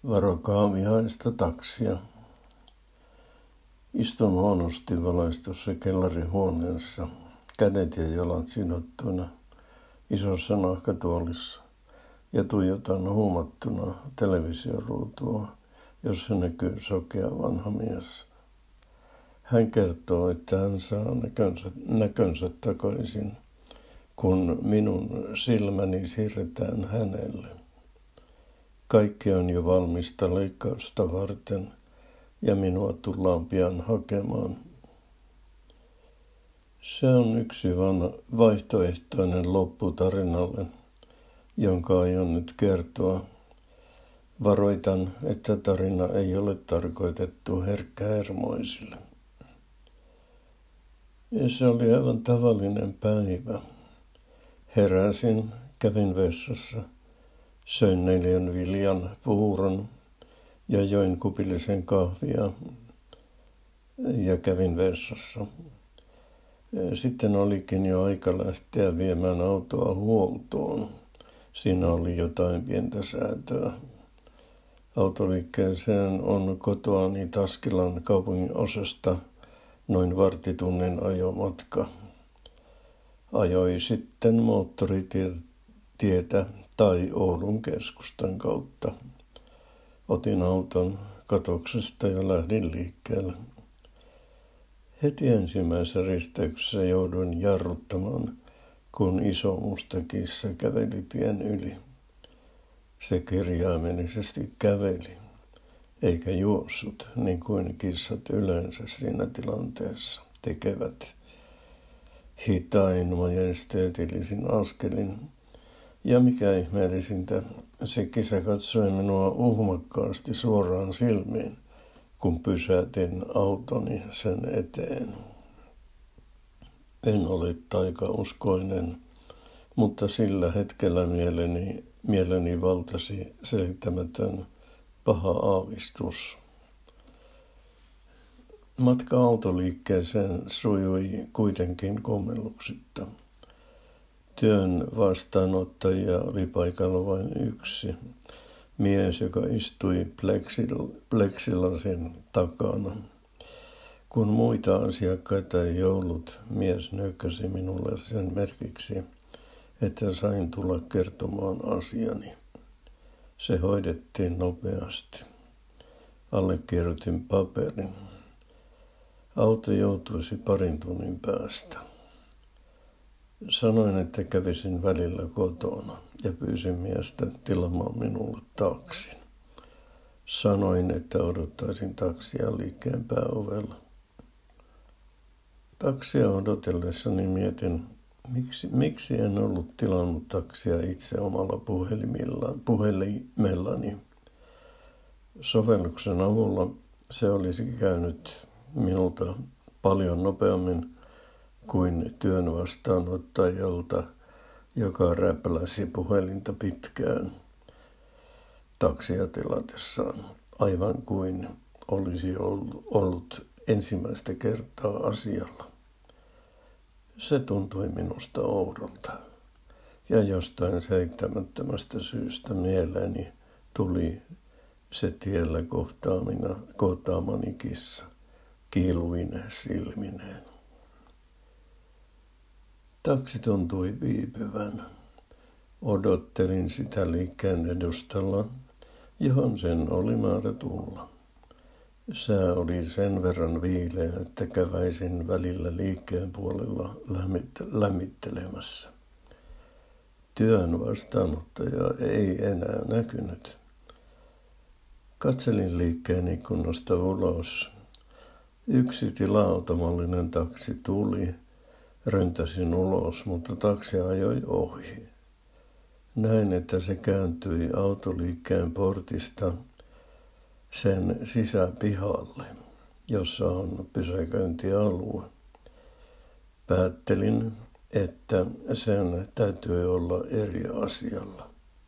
Varokaa vihaista taksia. Istun huonosti valaistussa kellarihuoneessa, kädet ja jalat sidottuina isossa nahkatuolissa ja tuijotan huumattuna televisioruutua, jossa näkyy sokea vanha mies. Hän kertoo, että hän saa näkönsä takaisin, kun minun silmäni siirretään hänelle. Kaikki on jo valmista leikkausta varten ja minua tullaan pian hakemaan. Se on yksi vaihtoehtoinen loppu tarinalle, jonka aion nyt kertoa. Varoitan, että tarina ei ole tarkoitettu herkkähermoisille. Ja se oli aivan tavallinen päivä. Heräsin, kävin vessassa, söin 4 viljan puuron ja join kupillisen kahvia ja kävin vessassa. Sitten olikin jo aika lähteä viemään autoa huoltoon. Siinä oli jotain pientä säätöä. Autoliikkeeseen on kotoani Taskilan kaupungin osasta noin varttitunnin ajomatka. Ajoi sitten moottoritietä tai Oulun keskustan kautta. Otin auton katoksesta ja lähdin liikkeelle. Heti ensimmäisessä risteyksessä jouduin jarruttamaan, kun iso musta kissa käveli tien yli. Se kirjaimellisesti käveli, eikä juossut, niin kuin kissat yleensä siinä tilanteessa tekevät. Hitain majesteetillisin askelin, ja mikä ihmeellisintä, se kissa katsoi minua uhmakkaasti suoraan silmiin, kun pysäytin autoni sen eteen. En ole taikauskoinen, mutta sillä hetkellä mieleni valtasi selittämätön paha aavistus. Matka autoliikkeeseen sujui kuitenkin kommelluksitta. Työn vastaanottajia oli paikalla vain yksi. Mies, joka istui pleksilasin takana. Kun muita asiakkaita ei ollut, mies nyökkäsi minulle sen merkiksi, että sain tulla kertomaan asiani. Se hoidettiin nopeasti. Allekirjoitin paperin. Auto joutuisi 2 tunnin päästä. Sanoin, että kävisin välillä kotona ja pyysin miestä tilaamaan minulle taksin. Sanoin, että odottaisin taksia liikkeen pääovella. Taksia odotellessani mietin, miksi en ollut tilannut taksia itse omalla puhelimellani. Sovelluksen avulla se olisi käynyt minulta paljon nopeammin kuin työn vastaanottajalta, joka räpläsi puhelinta pitkään taksia tilatessaan, aivan kuin olisi ollut ensimmäistä kertaa asialla. Se tuntui minusta oudolta, ja jostain selittämättömästä syystä mieleeni tuli se tiellä kohtaamani kissa, kiiluvine silmineen. Taksi tuntui viipyvän. Odottelin sitä liikkeen edustalla, johon sen oli määrä tulla. Sää oli sen verran viileä, että käväisin välillä liikkeen puolella lämmittelemässä. Työn vastaanottaja ei enää näkynyt. Katselin liikkeen ikkunasta ulos. Yksi tila-automallinen taksi tuli. Ryntäsin ulos, mutta taksi ajoi ohi. Näin, että se kääntyi autoliikkeen portista sen sisäpihalle, jossa on pysäköintialue. Päättelin, että sen täytyy olla eri asialla.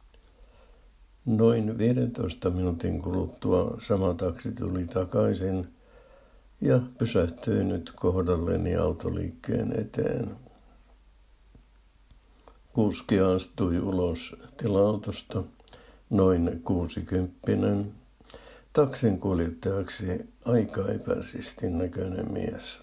Noin 15 minuutin kuluttua sama taksi tuli takaisin ja pysähtyi nyt kohdalleni autoliikkeen eteen. Kuski astui ulos tila-autosta, noin 60, Taksin kuljettajaksi aika epäsistin näköinen mies.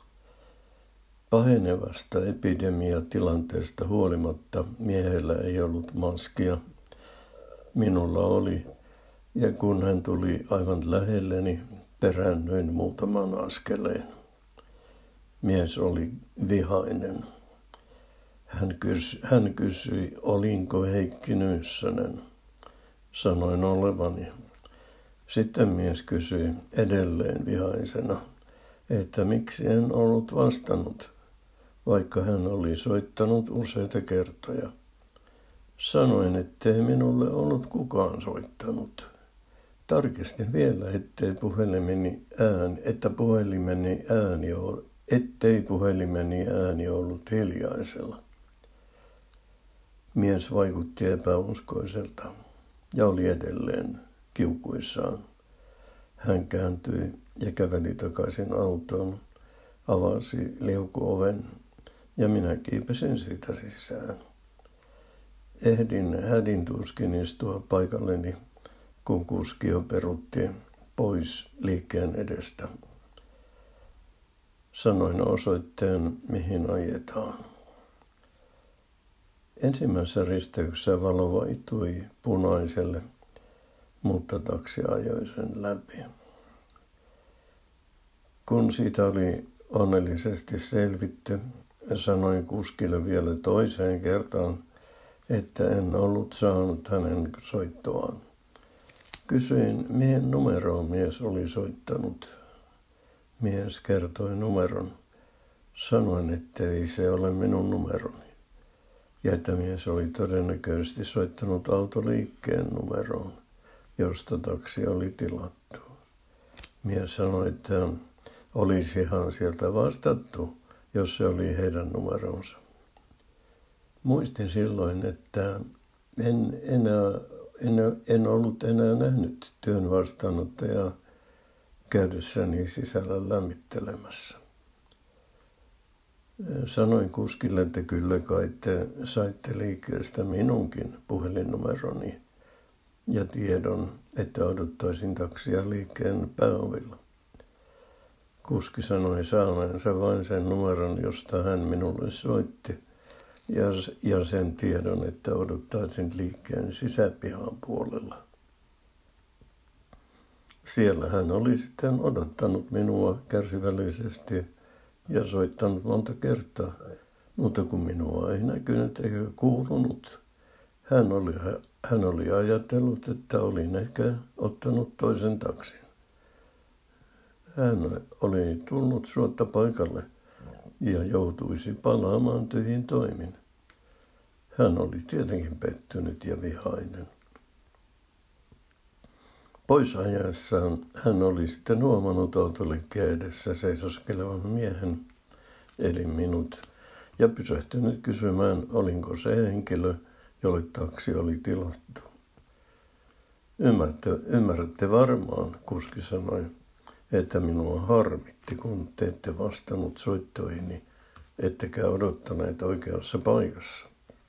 Pahenevasta epidemiatilanteesta huolimatta miehellä ei ollut maskia. Minulla oli, ja kun hän tuli aivan lähelleni, peräännyin muutaman askeleen. Mies oli vihainen. Hän kysyi, olinko Heikki Nyyssönen. Sanoin olevani. Sitten mies kysyi edelleen vihaisena, että miksi en ollut vastannut, vaikka hän oli soittanut useita kertoja. Sanoin, ettei minulle ollut kukaan soittanut. Tarkistin vielä, ettei puhelimeni ääni ollut hiljaisella. Mies vaikutti epäuskoiselta ja oli edelleen kiukuissaan. Hän kääntyi ja käveli takaisin autoon, avasi liukuoven ja minä kiipesin siitä sisään. Ehdin hädin tuskin istua paikalleni, kun kuski jo peruutti pois liikkeen edestä. Sanoin osoitteen, mihin ajetaan. Ensimmäisessä risteyksessä valo vaihtui punaiselle, mutta taksi ajoi sen läpi. Kun siitä oli onnellisesti selvitty, sanoin kuskille vielä toiseen kertaan, että en ollut saanut hänen soittoaan. Kysyin, mihin numeroon mies oli soittanut. Mies kertoi numeron. Sanoin, ettei se ole minun numeroni ja että mies oli todennäköisesti soittanut autoliikkeen numeroon, josta taksi oli tilattu. Mies sanoi, että olisihan sieltä vastattu, jos se oli heidän numeronsa. Muistin silloin, että en ollut enää nähnyt työn vastaanottajaa käydessäni sisällä lämmittelemässä. Sanoin kuskille, että kyllä kai te saitte liikkeestä minunkin puhelinnumeroni ja tiedon, että odottaisin taksia liikkeen pääovilla. Kuski sanoi saaneensa vain sen numeron, josta hän minulle soitti, ja sen tiedon, että odottaisin liikkeen sisäpihan puolella. Siellä hän oli sitten odottanut minua kärsivällisesti ja soittanut monta kertaa, mutta kun minua ei näkynyt eikä kuulunut, hän oli ajatellut, että olin ehkä ottanut toisen taksin. Hän oli tullut suotta paikalle ja joutuisi palaamaan tyhjin toimin. Hän oli tietenkin pettynyt ja vihainen. Pois ajaessaan hän oli sitten huomannut autoliikkeen edessä seisoskelevan miehen, eli minut, ja pysähtynyt kysymään, olinko se henkilö, jolle taksi oli tilattu. Ymmärrätte varmaan, kuski sanoi, että minua harmitti, kun te ette vastannut soittoihini, ettekä odottaneet oikeassa paikassa.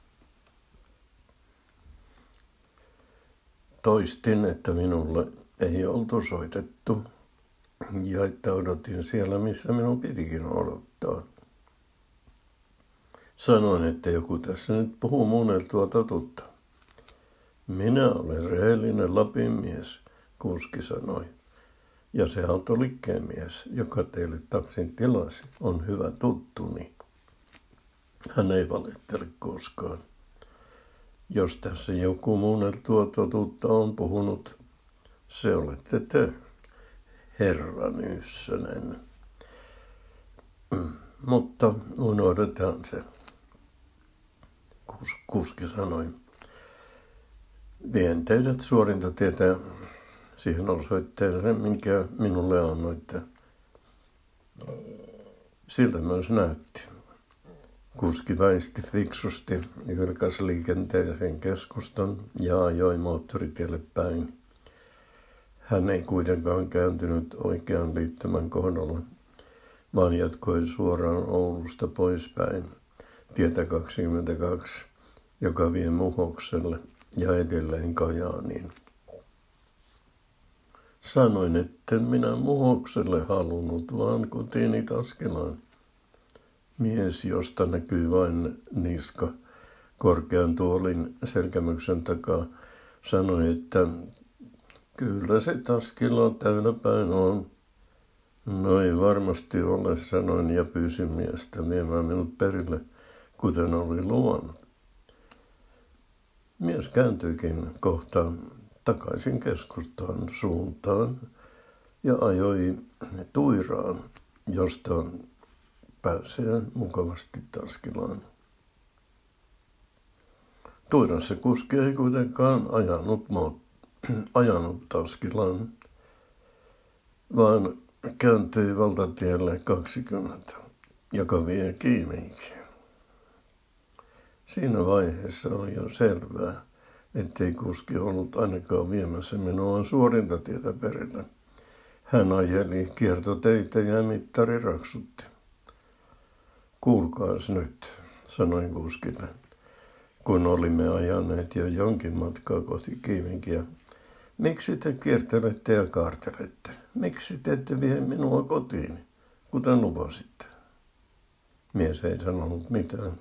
Toistin, että minulle ei oltu soitettu ja että odotin siellä, missä minun pitikin odottaa. Sanoin, että joku tässä nyt puhuu muunneltua totuutta. Minä olen rehellinen Lapin mies, kuski sanoi. Ja se autoliikkeen mies, joka teille taksin tilasi, on hyvä tuttuni. Hän ei valehtele koskaan. Jos tässä joku muunneltua totuutta on puhunut, se olette te, herra Nyyssönen. Mutta unohdetaan se, kuski sanoi. Vien teidät suorinta tietä siihen osoitteeseen, minkä minulle annoitte. Siltä myös näytti. Kuski väisti fiksusti vilkasliikenteisen keskustan ja ajoi moottoritielle päin. Hän ei kuitenkaan kääntynyt oikean liittymän kohdalla, vaan jatkoi suoraan Oulusta poispäin, tietä 22, joka vie Muhokselle ja edelleen Kajaaniin. Sanoin, etten minä Muhokselle halunnut, vaan kotiini Taskelaan. Mies, josta näkyy vain niska korkean tuolin selkämyksen takaa, sanoi, että kyllä se Taskila täynnä päin on. No ei varmasti ole, sanoin ja pyysin miestä viemään minut perille, kuten oli luvannut. Mies kääntyikin kohta takaisin keskustaan suuntaan ja ajoi Tuiraan, josta pääsee mukavasti Taskilaan. Tuirassa kuski ei kuitenkaan ajanut Taskilaan, vaan kääntyi valtatielle 20, joka vie Kiiminkiin. Siinä vaiheessa oli jo selvää, ettei kuski ollut ainakaan viemässä minua suorinta tietä perille. Hän ajeli kiertoteitä ja mittari raksutti. Kuulkaas nyt, sanoin kuskille, kun olimme ajaneet jo jonkin matkaa kohti Kiiminkiä. Miksi te kiertelette ja kaartelette? Miksi te ette vie minua kotiin, kuten lupasitte? Mies ei sanonut mitään.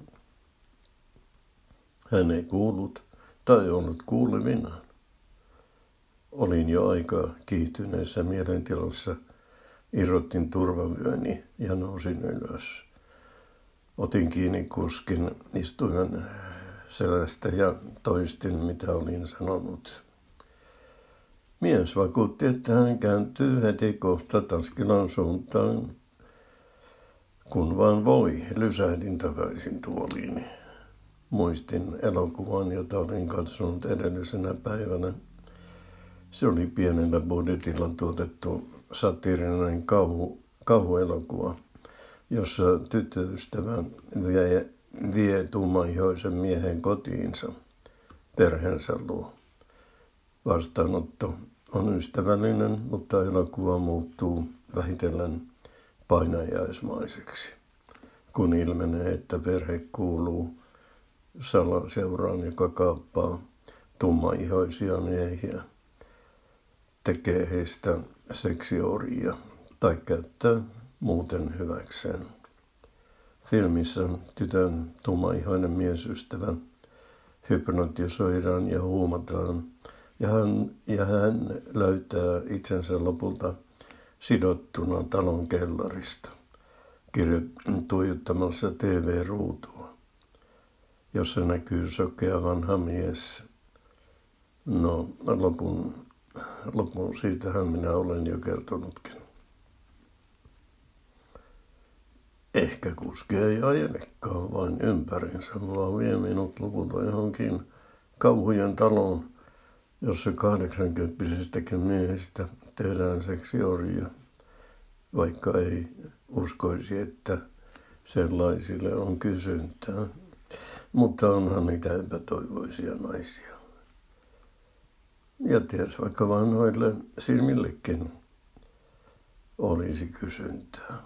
Hän ei kuullut tai ollut kuulevinaan. Olin jo aika kiihtyneessä mielentilassa. Irrotin turvavyöni ja nousin ylös. Otin kiinni kuskin istuimen selästä ja toistin, mitä olin sanonut. Mies vakuutti, että hän kääntyy heti kohta Taskilan suuntaan. Kun vaan voi, lysähdin takaisin tuoliini. Muistin elokuvan, jota olin katsonut edellisenä päivänä. Se oli pienellä budjetilla tuotettu satiirinen kauhuelokuva, jossa tyttöystävä vie tummaihoisen miehen kotiinsa perheensä luo. Vastaanotto on ystävällinen, mutta elokuva muuttuu vähitellen painajaismaiseksi, kun ilmenee, että perhe kuuluu salaseuraan, joka kaappaa tummaihoisia miehiä, tekee heistä seksiorjia tai käyttää muuten hyväkseen. Filmissä tytön tummaihoinen miesystävä hypnotisoidaan ja huumataan, ja hän löytää itsensä lopulta sidottuna talon kellarista, tuijottamassa TV-ruutua, jossa näkyy sokea vanha mies. No, lopun siitähän minä olen jo kertonutkin. Ehkä kuski ei ajelekaan vain ympärinsä, vaan vie minut lopulta johonkin kauhujen taloon, jossa 80-vuotiaista miehistä tehdään seksiorjia, vaikka ei uskoisi, että sellaisille on kysyntää. Mutta onhan niitä epätoivoisia naisia. Ja ties vaikka vanhoille silmillekin olisi kysyntää.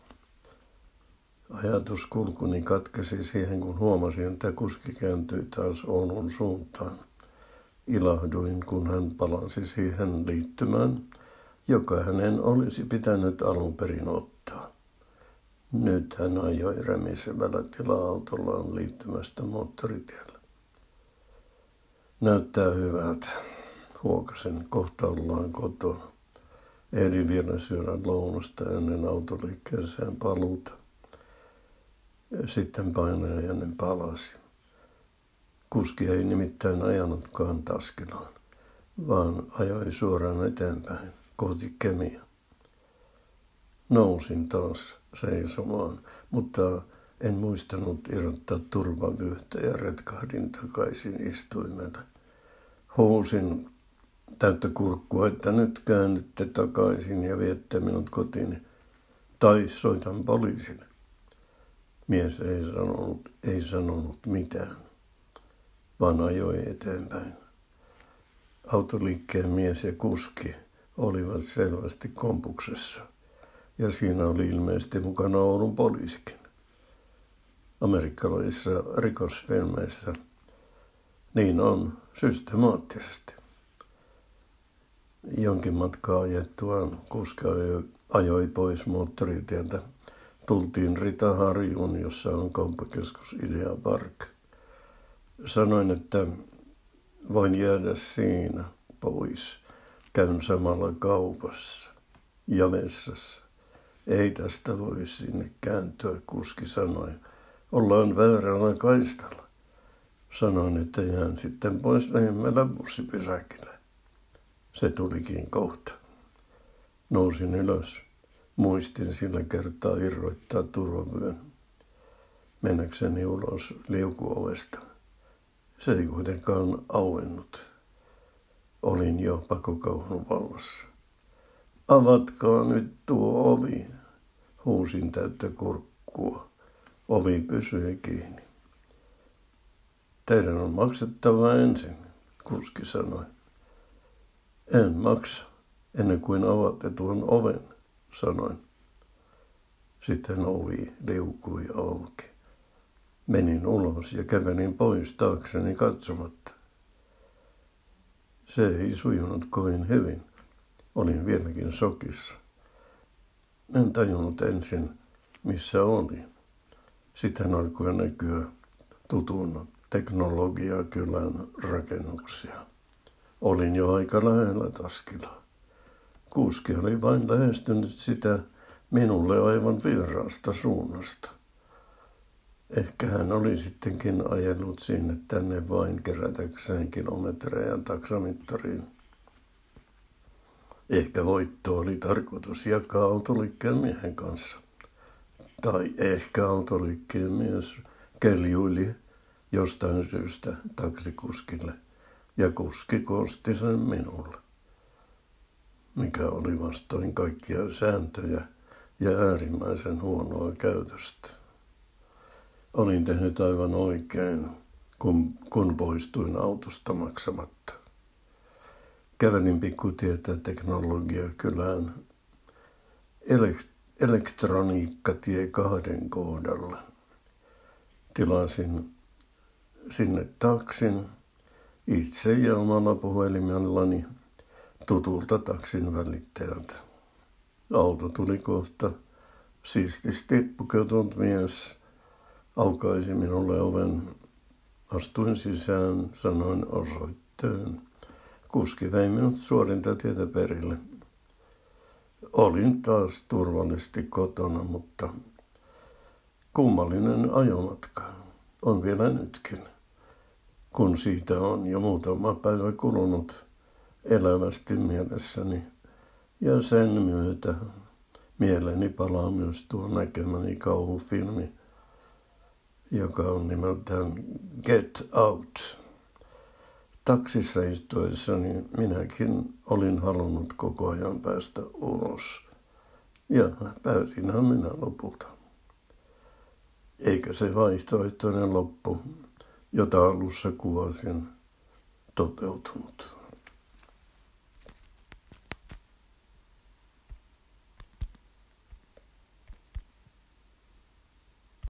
Ajatuskulkuni katkesi siihen, kun huomasin, että kuski kääntyi taas Oulun suuntaan. Ilahduin, kun hän palasi siihen liittymään, joka hänen olisi pitänyt alun perin ottaa. Nyt hän ajoi rämisevällä tila-autollaan liittymästä moottoritielle. Näyttää hyvältä, huokasin, kohta ollaan kotona. Ehdin vielä syödä lounasta ennen autoliikkeeseen paluuta. Sitten painajainen palasi. Kuski ei nimittäin ajanutkaan Taskilaan, vaan ajoi suoraan eteenpäin kohti Kemiä. Nousin taas seisomaan, mutta en muistanut irrottaa turvavyötä ja retkahdin takaisin istuimelle. Huusin täyttä kurkkua, että nyt käännytte takaisin ja viette minut kotiin, tai soitan poliisille. Mies ei sanonut mitään, vaan ajoi eteenpäin. Autoliikkeen mies ja kuski olivat selvästi kompuksessa, ja siinä oli ilmeisesti mukana Oulun poliisikin. Amerikkalaisissa rikosfilmeissä niin on systemaattisesti. jonkin matkaa ajettuaan kuski ajoi pois moottoritieltä. Tultiin Ritaharjuun, jossa on kauppakeskus Idea Park. Sanoin, että voin jäädä siinä pois. Käyn samalla kaupassa ja vessassa. Ei tästä voi sinne kääntyä, kuski sanoi. Ollaan väärällä kaistalla. Sanoin, että jään sitten pois lähemmällä bussipysäkillä. Se tulikin kohta. Nousin ylös. Muistin sillä kertaa irrottaa turvavyön. Mennäkseni ulos liukuovesta. Se ei kuitenkaan auennut. Olin jo pakokauhun vallassa. Avatkaa nyt tuo ovi, huusin täyttä kurkkua. Ovi pysyi kiinni. Teidän on maksettava ensin, kuski sanoi. En maksa, ennen kuin avaatte tuon oven, sanoin. Sitten ovi liukui auki. Menin ulos ja kävelin pois taakseni katsomatta. Se ei sujunut kovin hyvin. Olin vieläkin shokissa. En tajunnut ensin, missä olin. Sitten alkoi näkyä tutun teknologiakylän rakennuksia. Olin jo aika lähellä Taskilaa. Kuski oli vain lähestynyt sitä minulle aivan vieraasta suunnasta. Ehkä hän oli sittenkin ajellut sinne tänne vain kerätäkseen kilometrejä taksamittariin. Ehkä voitto oli tarkoitus jakaa autoliikkeen miehen kanssa. Tai ehkä autoliikkeen mies keljuili jostain syystä taksikuskille ja kuski kosti sen minulle, mikä oli vastoin kaikkia sääntöjä ja äärimmäisen huonoa käytöstä. Olin tehnyt aivan oikein, kun poistuin autosta maksamatta. Kävelin pikkutietä teknologiakylään elektroniikkatie 2 kohdalla. Tilasin sinne taksin itse ja omalla puhelimellani tutulta taksin välittäjältä. Auto tuli kohta. Siististi pukeutunut mies aukaisi minulle oven. Astuin sisään, sanoin osoitteen. Kuski vei minut suorinta tietä perille. Olin taas turvallisesti kotona, mutta kummallinen ajomatka on vielä nytkin, kun siitä on jo muutama päivä kulunut elävästi mielessäni. Ja sen myötä mieleeni palaa myös tuo näkemäni kauhufilmi, joka on nimeltään Get Out. Taksissa istuessani minäkin olin halunnut koko ajan päästä ulos. Ja pääsinhän minä lopulta. Eikä se vaihtoehtoinen loppu, jota alussa kuvasin, toteutunut.